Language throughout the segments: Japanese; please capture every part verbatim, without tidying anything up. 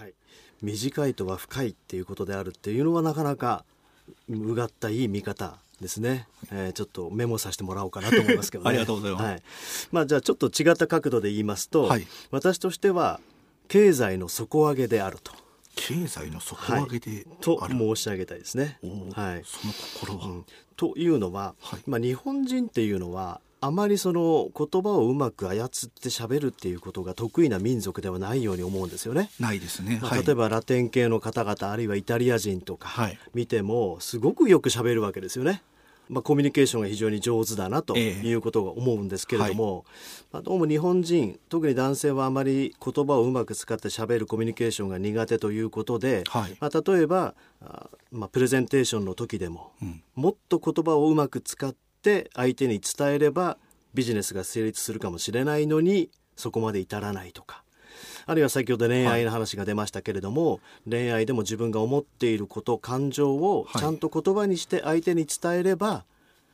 はい、短いとは深いっていうことであるっていうのはなかなかうがったいい見方ですね、えー、ちょっとメモさせてもらおうかなと思いますけどねありがとうございます、 はい、まあ、じゃあちょっと違った角度で言いますと、はい、私としては経済の底上げであると。 経済の底上げである、 はい、と申し上げたいですね、 はい、その心は、うん、 というのは、はい、まあ、日本人っていうのはあまりその言葉をうまく操って喋るっていうことが得意な民族ではないように思うんですよね。 ないですね、 まあ、例えばラテン系の方々あるいはイタリア人とか見てもすごくよく喋るわけですよね。まあ、コミュニケーションが非常に上手だなということが思うんですけれども、えーはい、まあ、どうも日本人特に男性はあまり言葉をうまく使って喋るコミュニケーションが苦手ということで、はい、まあ、例えばあ、まあ、プレゼンテーションの時でも、うん、もっと言葉をうまく使って相手に伝えればビジネスが成立するかもしれないのにそこまで至らないとか、あるいは先ほど恋愛の話が出ましたけれども、はい、恋愛でも自分が思っていること感情をちゃんと言葉にして相手に伝えれば、はい、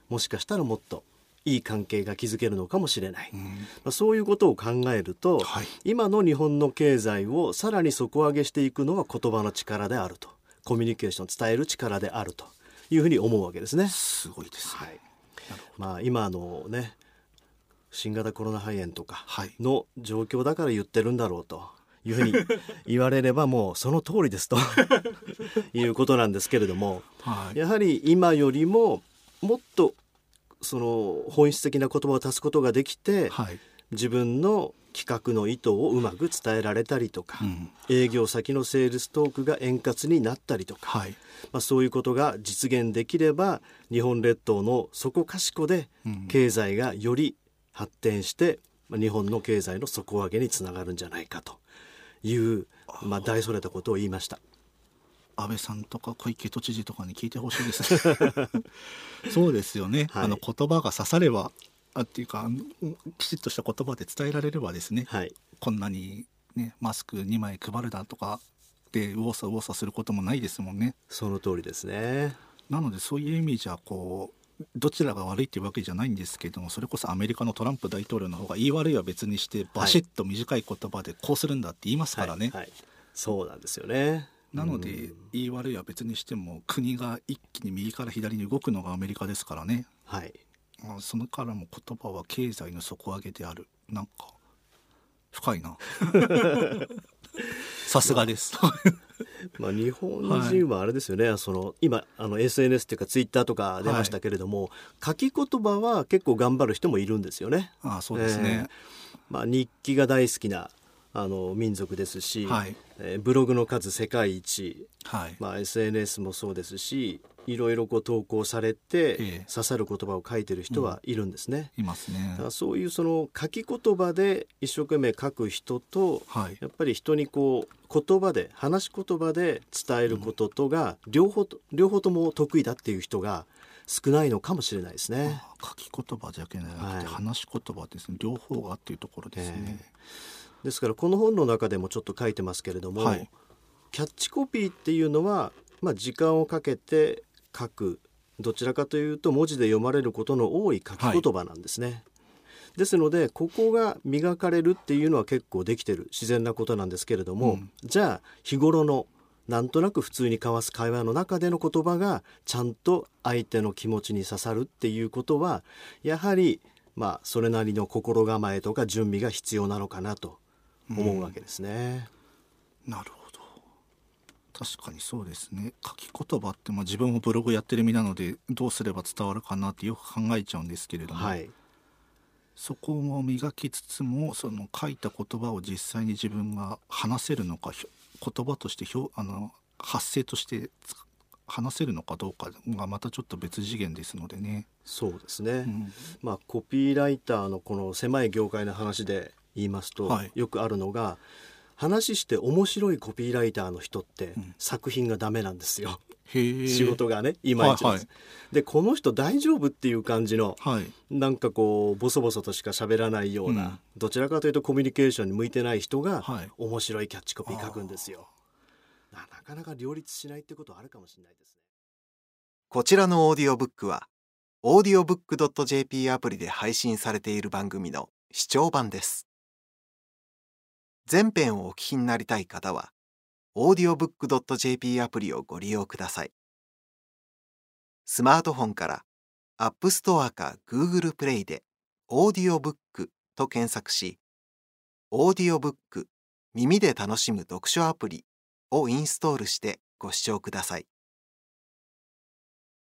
もしかしたらもっといい関係が築けるのかもしれない、うん、まあ、そういうことを考えると、はい、今の日本の経済をさらに底上げしていくのは言葉の力であると、コミュニケーションを伝える力であるというふうに思うわけですね。 すごいですね、はい、 まあ、今のね新型コロナ肺炎とかの状況だから言ってるんだろうというふうに言われればもうその通りですということなんですけれども、はい、やはり今よりももっとその本質的な言葉を足すことができて、はい、自分の企画の意図をうまく伝えられたりとか、うん、営業先のセールストークが円滑になったりとか、はい、まあ、そういうことが実現できれば日本列島のそこかしこで経済がより発展して日本の経済の底上げにつながるんじゃないかという、まあ、大それたことを言いました。 安倍さんとか小池都知事とかに聞いてほしいですねそうですよね、はい、あの言葉が刺さればあっていうかきちっとした言葉で伝えられればですね、はい、こんなに、ね、マスクにまい配るだとかで右往左往左することもないですもんね。 その通りですね。 なのでそういう意味じゃこうどちらが悪いっていうわけじゃないんですけども、それこそアメリカのトランプ大統領の方が言い悪いは別にしてバシッと短い言葉でこうするんだって言いますからね、はいはい、 そうなんですよね。 なので言い悪いは別にしても国が一気に右から左に動くのがアメリカですからね、はい、そのからも言葉は経済の底上げである。なんか深いなさすがです、まあまあ、日本人はあれですよね、はい、その今あの エスエヌエス っていうかツイッターとか出ましたけれども、はい、書き言葉は結構頑張る人もいるんですよね。 ああ、そうですね、 えーまあ、日記が大好きなあの民族ですし、はい、えー、ブログの数世界一、はい、まあ、エスエヌエス もそうですしいろいろこう投稿されて、ええ、刺さる言葉を書いてる人はいるんですね、 うん、いますね。 だからそういうその書き言葉で一生懸命書く人と、はい、やっぱり人にこう言葉で話し言葉で伝えることとが、うん、両方と両方とも得意だっていう人が少ないのかもしれないですね。 書き言葉じゃなくて、はい、話し言葉ですね、両方がっていうところですね、えー、ですからこの本の中でもちょっと書いてますけれども、はい、キャッチコピーっていうのは、まあ、時間をかけて書く、どちらかというと文字で読まれることの多い書き言葉なんですね、はい、ですのでここが磨かれるっていうのは結構できてる自然なことなんですけれども、うん、じゃあ日頃のなんとなく普通に交わす会話の中での言葉がちゃんと相手の気持ちに刺さるっていうことはやはりまあそれなりの心構えとか準備が必要なのかなと思うわけですね、 うん、なるほど。確かにそうですね。書き言葉って、まあ、自分もブログやってる身なのでどうすれば伝わるかなってよく考えちゃうんですけれども、はい、そこも磨きつつもその書いた言葉を実際に自分が話せるのか、言葉として表あの発声として話せるのかどうかがまたちょっと別次元ですのでね。 そうですね、うん、まあ、コピーライターのこの狭い業界の話で言いますと、はい、よくあるのが話して面白いコピーライターの人って作品がダメなんですよ、うん、仕事がねいまいちです、はいはい、でこの人大丈夫っていう感じの、はい、なんかこうボソボソとしか喋らないような、うん、どちらかというとコミュニケーションに向いてない人が、はい、面白いキャッチコピー書くんですよ。なかなか両立しないってことはあるかもしれないですね。 こちらのオーディオブックはオーディオブックドットジェーピー アプリで配信されている番組の視聴版です。全編をお聞きになりたい方はオーディオブックドットジェーピー アプリをご利用ください。スマートフォンから App Store か Google プレイでオーディオブックと検索し、オーディオブック耳で楽しむ読書アプリをインストールしてご視聴ください。